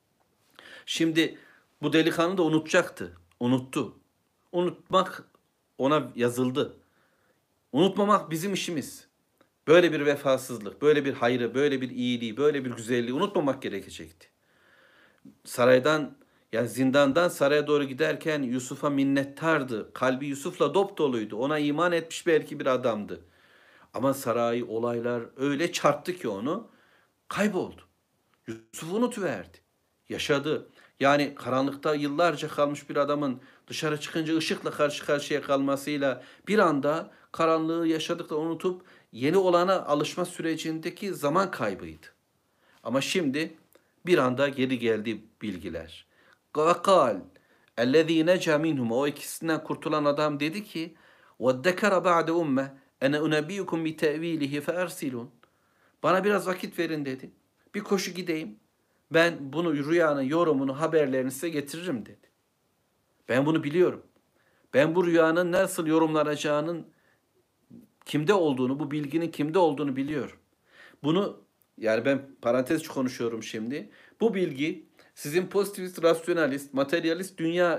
S1: Şimdi bu delikanlı da unutacaktı. Unuttu. Unutmak ona yazıldı. Unutmamak bizim işimiz. Böyle bir vefasızlık, böyle bir hayrı, böyle bir iyiliği, böyle bir güzelliği unutmamak gerekecekti. Saraydan, yani zindandan saraya doğru giderken Yusuf'a minnettardı. Kalbi Yusuf'la dop doluydu. Ona iman etmiş belki bir adamdı. Ama saray, olaylar öyle çarptı ki onu kayboldu. Yusuf'u unutuverdi. Yaşadı. Yani karanlıkta yıllarca kalmış bir adamın dışarı çıkınca ışıkla karşı karşıya kalmasıyla bir anda karanlığı yaşadıkça unutup yeni olana alışma sürecindeki zaman kaybıydı. Ama şimdi bir anda geri geldi bilgiler. Kal ellezî neca minhum, o ikisinden kurtulan adam dedi ki وَدَّكَرَ بَعْدَ اُمَّةِ اَنَا اُنَبِيُّكُمْ بِتَأْو۪يلِهِ فَاَرْسِلُونَ. Bana biraz vakit verin dedi. Bir koşu gideyim. Ben bunu rüyanın yorumunu, haberlerini size getiririm dedi. Ben bunu biliyorum. Ben bu rüyanın nasıl yorumlanacağının kimde olduğunu, bu bilginin kimde olduğunu biliyorum. Bunu yani ben parantez konuşuyorum şimdi. Bu bilgi sizin pozitivist, rasyonalist, materyalist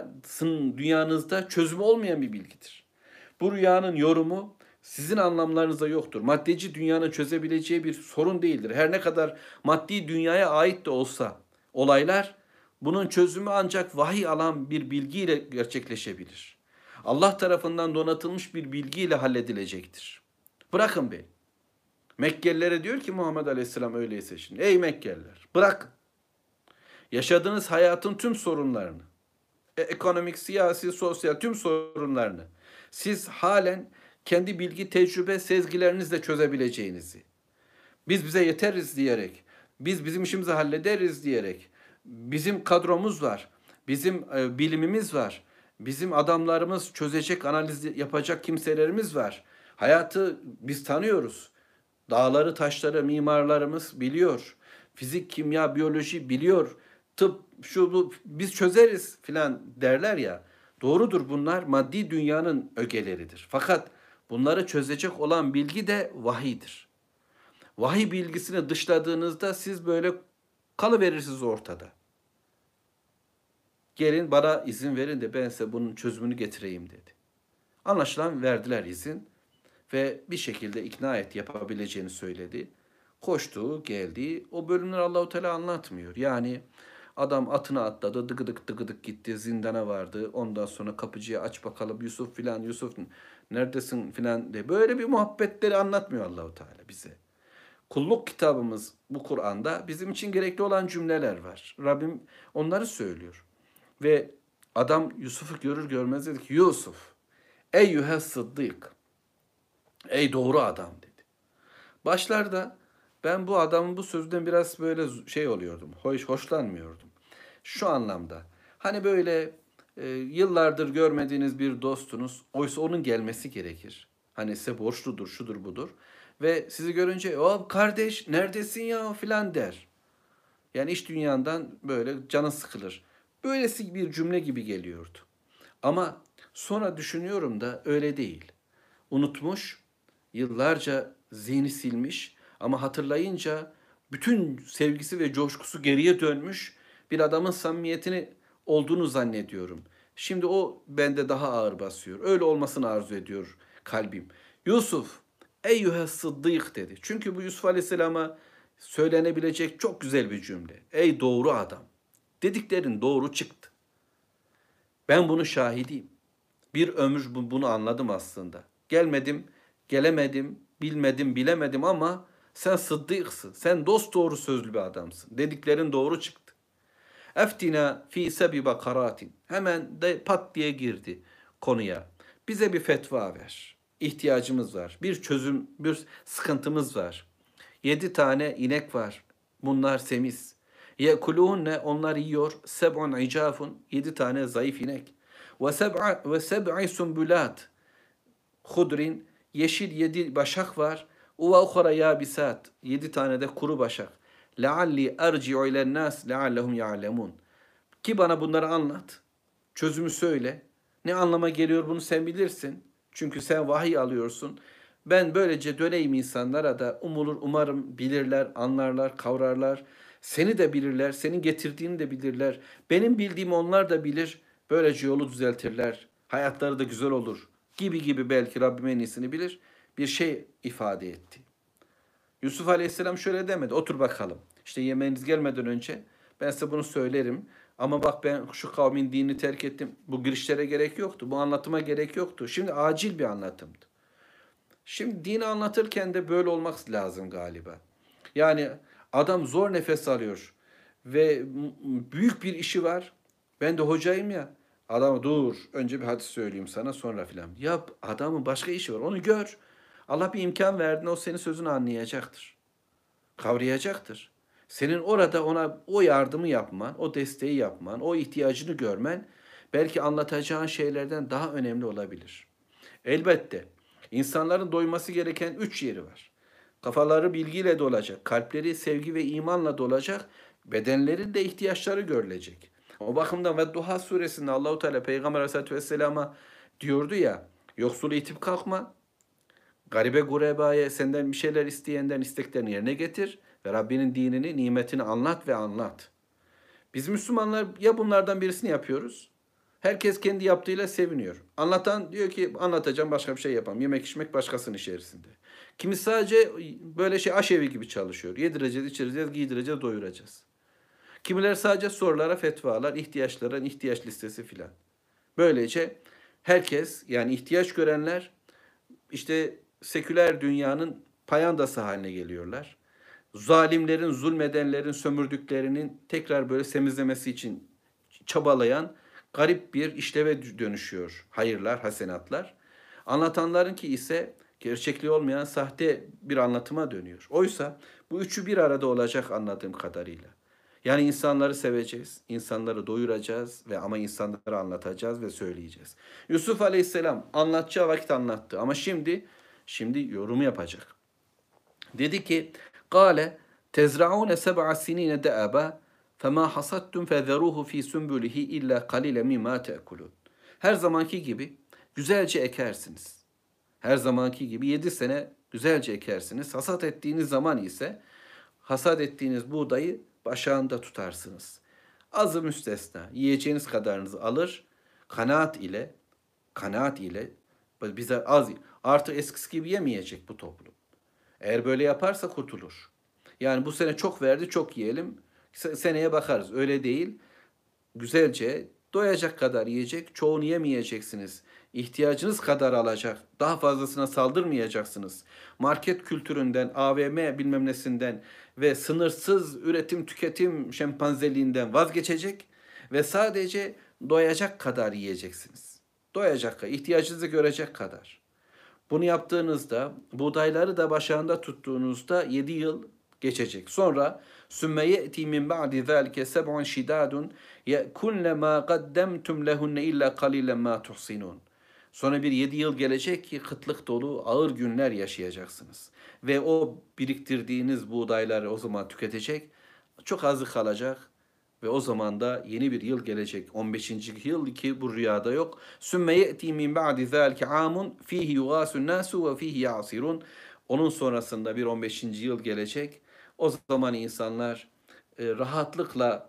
S1: dünyanızda çözümü olmayan bir bilgidir. Bu rüyanın yorumu sizin anlamlarınızda yoktur. Maddeci dünyanın çözebileceği bir sorun değildir. Her ne kadar maddi dünyaya ait de olsa olaylar, bunun çözümü ancak vahiy alan bir bilgiyle gerçekleşebilir. Allah tarafından donatılmış bir bilgiyle halledilecektir. Bırakın beni. Mekkelilere diyor ki Muhammed Aleyhisselam öyleyse şimdi. Ey Mekkeliler, bırakın. Yaşadığınız hayatın tüm sorunlarını, ekonomik, siyasi, sosyal tüm sorunlarını siz halen kendi bilgi, tecrübe, sezgilerinizle çözebileceğinizi, biz bize yeteriz diyerek, biz bizim işimizi hallederiz diyerek, bizim kadromuz var, bizim bilimimiz var, bizim adamlarımız çözecek, analiz yapacak kimselerimiz var. Hayatı biz tanıyoruz. Dağları, taşları mimarlarımız biliyor. Fizik, kimya, biyoloji biliyor. Tıp, şu bu biz çözeriz filan derler ya. Doğrudur, bunlar maddi dünyanın ögeleridir. Fakat bunları çözecek olan bilgi de vahiydir. Vahiy bilgisini dışladığınızda siz böyle kalıverirsiniz ortada. Gelin bana izin verin de ben size bunun çözümünü getireyim dedi. Anlaşılan verdiler izin ve bir şekilde ikna et, yapabileceğini söyledi. Koştu, geldi. O bölümleri Allahu Teala anlatmıyor. Yani adam atına atladı, dıgıdık dıgıdık gitti, zindana vardı. Ondan sonra kapıcıya aç bakalım Yusuf filan, Yusuf neredesin filan diye. Böyle bir muhabbetleri anlatmıyor Allahu Teala bize. Kulluk kitabımız bu Kur'an'da bizim için gerekli olan cümleler var. Rabbim onları söylüyor. Ve adam Yusuf'u görür görmez dedi ki Yusuf, eyyühe sıddık, ey doğru adam dedi. Başlarda ben bu adamın bu sözünden biraz böyle şey oluyordum, hoşlanmıyordum. Şu anlamda, hani böyle yıllardır görmediğiniz bir dostunuz, oysa onun gelmesi gerekir. Hani size borçludur, şudur budur. Ve sizi görünce, o kardeş neredesin ya filan der. Yani iş dünyandan böyle canı sıkılır. Böylesi bir cümle gibi geliyordu. Ama sonra düşünüyorum da öyle değil. Unutmuş, yıllarca zihni silmiş ama hatırlayınca bütün sevgisi ve coşkusu geriye dönmüş bir adamın samimiyetini olduğunu zannediyorum. Şimdi o bende daha ağır basıyor. Öyle olmasını arzu ediyor kalbim. Yusuf, eyyühe sıddık dedi. Çünkü bu Yusuf Aleyhisselam'a söylenebilecek çok güzel bir cümle. Ey doğru adam. Dediklerin doğru çıktı. Ben bunu şahidiyim. Bir ömür bunu anladım aslında. Gelmedim, gelemedim, bilmedim, bilemedim ama sen sıddıksın. Sen dosdoğru sözlü bir adamsın. Dediklerin doğru çıktı. Eftina fi sebi bakaratin. Hemen de pat diye girdi konuya. Bize bir fetva ver. İhtiyacımız var. Bir çözüm, bir sıkıntımız var. 7 tane inek var. Bunlar semiz. Yekulûhunne, onlar yiyor. Seb'un icafun, 7 tane zayıf inek. Ve seb'i sumbülat. Hudrin, yeşil 7 başak var. Uve uhara yabisat, 7 tane de kuru başak. Lealli erci'u ilen nas leallehum ya'lemun. Ki bana bunları anlat. Çözümü söyle. Ne anlama geliyor bunu sen bilirsin. Çünkü sen vahiy alıyorsun. Ben böylece döneyim insanlara da umarım bilirler, anlarlar, kavrarlar. Seni de bilirler, senin getirdiğini de bilirler. Benim bildiğimi onlar da bilir. Böylece yolu düzeltirler. Hayatları da güzel olur. Gibi belki Rabbim en iyisini bilir. Bir şey ifade etti. Yusuf Aleyhisselam şöyle demedi. Otur bakalım. İşte yemeğiniz gelmeden önce ben size bunu söylerim. Ama bak ben şu kavmin dinini terk ettim. Bu girişlere gerek yoktu. Bu anlatıma gerek yoktu. Şimdi acil bir anlatımdı. Şimdi dini anlatırken de böyle olmak lazım galiba. Yani adam zor nefes alıyor ve büyük bir işi var. Ben de hocayım ya. Adam dur önce bir hadis söyleyeyim sana sonra filan. Yap adamın başka işi var onu gör. Allah bir imkan verdiğinde o senin sözünü anlayacaktır. Kavrayacaktır. Senin orada ona o yardımı yapman, o desteği yapman, o ihtiyacını görmen belki anlatacağın şeylerden daha önemli olabilir. Elbette insanların doyması gereken üç yeri var. Kafaları bilgiyle dolacak, kalpleri sevgi ve imanla dolacak, bedenlerin de ihtiyaçları görülecek. O bakımdan ve Duha suresinde Allahu Teala Peygamber Aleyhisselatü Vesselam'a diyordu ya, yoksulu itip kalkma, garibe gurebaya senden bir şeyler isteyenden isteklerini yerine getir ve Rabbinin dinini, nimetini anlat ve anlat. Biz Müslümanlar ya bunlardan birisini yapıyoruz. Herkes kendi yaptığıyla seviniyor. Anlatan diyor ki anlatacağım başka bir şey yapamam. Yemek içmek başkasının içerisinde. Kimi sadece böyle aşevi gibi çalışıyor. Yedireceğiz, içireceğiz, giydireceğiz, doyuracağız. Kimiler sadece sorulara fetvalar, ihtiyaçlara ihtiyaç listesi filan. Böylece herkes yani ihtiyaç görenler işte seküler dünyanın payandası haline geliyorlar. Zalimlerin, zulmedenlerin, sömürdüklerinin tekrar böyle semizlemesi için çabalayan garip bir işleve dönüşüyor hayırlar, hasenatlar. Anlatanların ki ise gerçekliği olmayan sahte bir anlatıma dönüyor. Oysa bu üçü bir arada olacak anladığım kadarıyla. Yani insanları seveceğiz, insanları doyuracağız ve ama insanları anlatacağız ve söyleyeceğiz. Yusuf Aleyhisselam anlatacağı vakit anlattı ama şimdi yorumu yapacak. Dedi ki: "Kâle tezra'ûne seb'a sinîne de'aba fema hasattum fezeruhu fi sumbulihi illa qalile mimma te'kulun." Her zamanki gibi güzelce ekersiniz. Her zamanki gibi 7 sene güzelce ekersiniz. Hasat ettiğiniz zaman ise hasat ettiğiniz buğdayı başağında tutarsınız. Azı müstesna yiyeceğiniz kadarınızı alır kanaat ile bize az artık eskisi gibi yemeyecek bu toplum. Eğer böyle yaparsa kurtulur. Yani bu sene çok verdi, çok yiyelim. Seneye bakarız. Öyle değil. Güzelce doyacak kadar yiyecek, çoğunu yemeyeceksiniz. İhtiyacınız kadar alacak. Daha fazlasına saldırmayacaksınız. Market kültüründen, AVM bilmem nesinden ve sınırsız üretim tüketim şempanzeliğinden vazgeçecek ve sadece doyacak kadar yiyeceksiniz. Doyacak kadar, ihtiyacınızı görecek kadar. Bunu yaptığınızda, buğdayları da başağında tuttuğunuzda 7 yıl geçecek. Sonra sümme ye'ti min ba'di zalike seb'un şidadun ye'kulne ma qaddemtum lehunne illa qalilen ma tuhsinun. Sonra bir 7 yıl gelecek ki kıtlık dolu ağır günler yaşayacaksınız. Ve o biriktirdiğiniz buğdayları o zaman tüketecek. Çok azı kalacak ve o zaman da yeni bir yıl gelecek. 15. yıl ki bu rüyada yok. Sümme ye'ti min ba'di zâlike âmun fîhi yugâsun nâsu ve fîhi ya'sirun. Onun sonrasında bir 15. yıl gelecek. O zaman insanlar rahatlıkla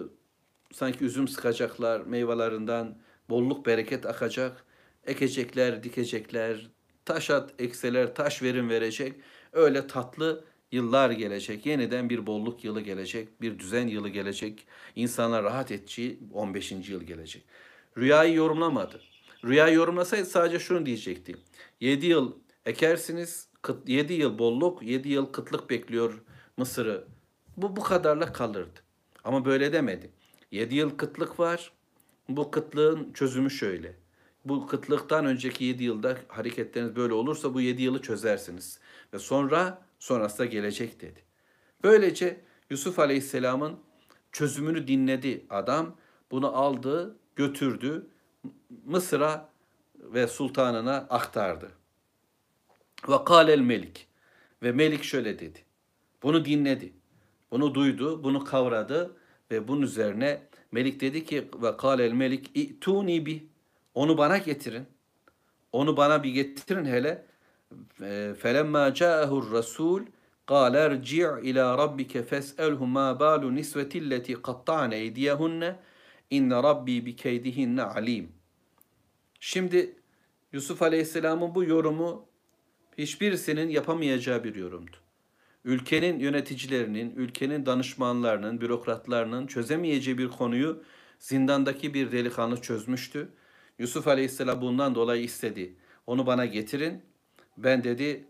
S1: sanki üzüm sıkacaklar, meyvelerinden bolluk bereket akacak. Ekecekler, dikecekler, taşat ekseler, taş verim verecek. Öyle tatlı yıllar gelecek. Yeniden bir bolluk yılı gelecek, bir düzen yılı gelecek. İnsanlar rahat edeceği 15. yıl gelecek. Rüyayı yorumlamadı. Rüyayı yorumlasaydı sadece şunu diyecekti. 7 yıl ekersiniz, 7 yıl bolluk, 7 yıl kıtlık bekliyor Mısır'ı. Bu kadarla kalırdı. Ama böyle demedi. 7 yıl kıtlık var. Bu kıtlığın çözümü şöyle. Bu kıtlıktan önceki 7 yılda hareketleriniz böyle olursa bu 7 yılı çözersiniz. Ve sonrası da gelecek dedi. Böylece Yusuf Aleyhisselam'ın çözümünü dinledi adam. Bunu aldı, götürdü. Mısır'a ve sultanına aktardı. Ve kâlel melik. Ve melik şöyle dedi. Bunu dinledi. Bunu duydu, bunu kavradı ve bunun üzerine melik dedi ki ve kâlel melik i'tûni bi. Onu bana getirin. Onu bana bir getirin hele. Felemma ca'ahu'r rasul قال ارجع إلى ربك فاسأله ما بال نسوة التي قطعن أيديهن إن ربي بكيدهن عليم. Şimdi Yusuf Aleyhisselam'ın bu yorumu hiçbirisinin yapamayacağı bir yorumdu. Ülkenin yöneticilerinin, ülkenin danışmanlarının, bürokratlarının çözemeyeceği bir konuyu zindandaki bir delikanlı çözmüştü. Yusuf Aleyhisselam bundan dolayı istedi. Onu bana getirin. Ben dedi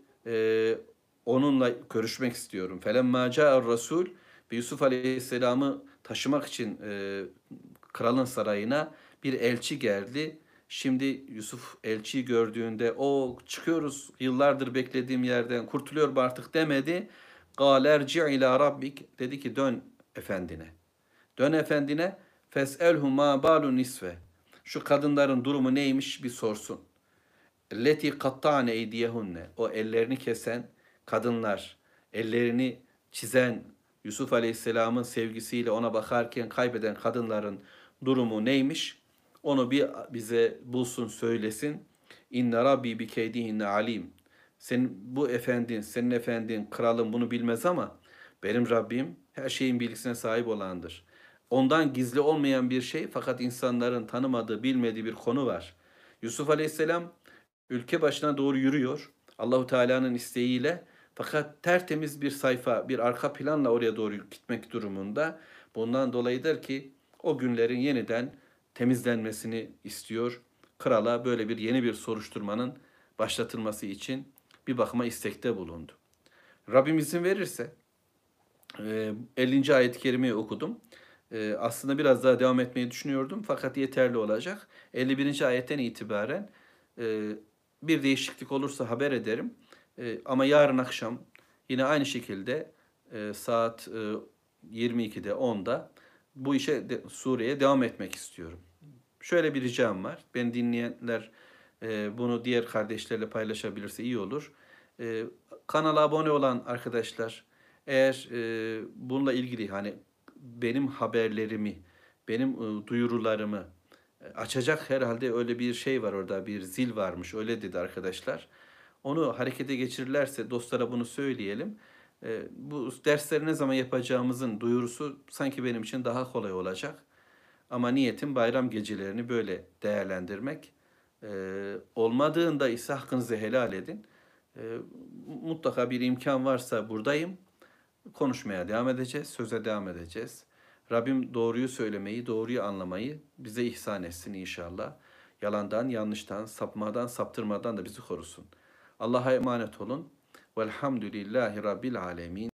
S1: onunla görüşmek istiyorum. Felemma ca'er Rasul ve Yusuf Aleyhisselam'ı taşımak için kralın sarayına bir elçi geldi. Şimdi Yusuf elçiyi gördüğünde o çıkıyoruz yıllardır beklediğim yerden kurtuluyorum artık demedi. Kâle erci' ila rabbik, dedi ki dön efendine. Dön efendine, fes'elhu ma balu nisve. Şu kadınların durumu neymiş bir sorsun. Leti katta'ne eydiyehunne. O ellerini kesen kadınlar, ellerini çizen, Yusuf Aleyhisselam'ın sevgisiyle ona bakarken kaybeden kadınların durumu neymiş? Onu bir bize bulsun söylesin. İnne Rabbi bi keydihinne alim. Senin efendin, kralın bunu bilmez ama benim Rabbim her şeyin bilgisine sahip olandır. Ondan gizli olmayan bir şey fakat insanların tanımadığı, bilmediği bir konu var. Yusuf Aleyhisselam ülke başına doğru yürüyor. Allahu Teala'nın isteğiyle, fakat tertemiz bir sayfa, bir arka planla oraya doğru gitmek durumunda. Bundan dolayıdır ki o günlerin yeniden temizlenmesini istiyor. Krala böyle bir yeni bir soruşturmanın başlatılması için bir bakıma istekte bulundu. Rabbim izin verirse 50. ayet-i kerimeyi okudum. Aslında biraz daha devam etmeyi düşünüyordum fakat yeterli olacak. 51. ayetten itibaren bir değişiklik olursa haber ederim. Ama yarın akşam yine aynı şekilde saat 22'de 10'da bu Suriye'ye devam etmek istiyorum. Şöyle bir ricam var. Beni dinleyenler bunu diğer kardeşlerle paylaşabilirse iyi olur. Kanala abone olan arkadaşlar, eğer bununla ilgili hani benim haberlerimi, benim duyurularımı açacak herhalde öyle bir şey var orada, bir zil varmış, öyle dedi arkadaşlar. Onu harekete geçirirlerse dostlara bunu söyleyelim. Bu dersleri ne zaman yapacağımızın duyurusu sanki benim için daha kolay olacak. Ama niyetim bayram gecelerini böyle değerlendirmek. Olmadığında ise hakkınızı helal edin. Mutlaka bir imkan varsa buradayım. Konuşmaya devam edeceğiz, söze devam edeceğiz. Rabbim doğruyu söylemeyi, doğruyu anlamayı bize ihsan etsin inşallah. Yalandan, yanlıştan, sapmadan, saptırmadan da bizi korusun. Allah'a emanet olun. Velhamdülillahi Rabbil alemin.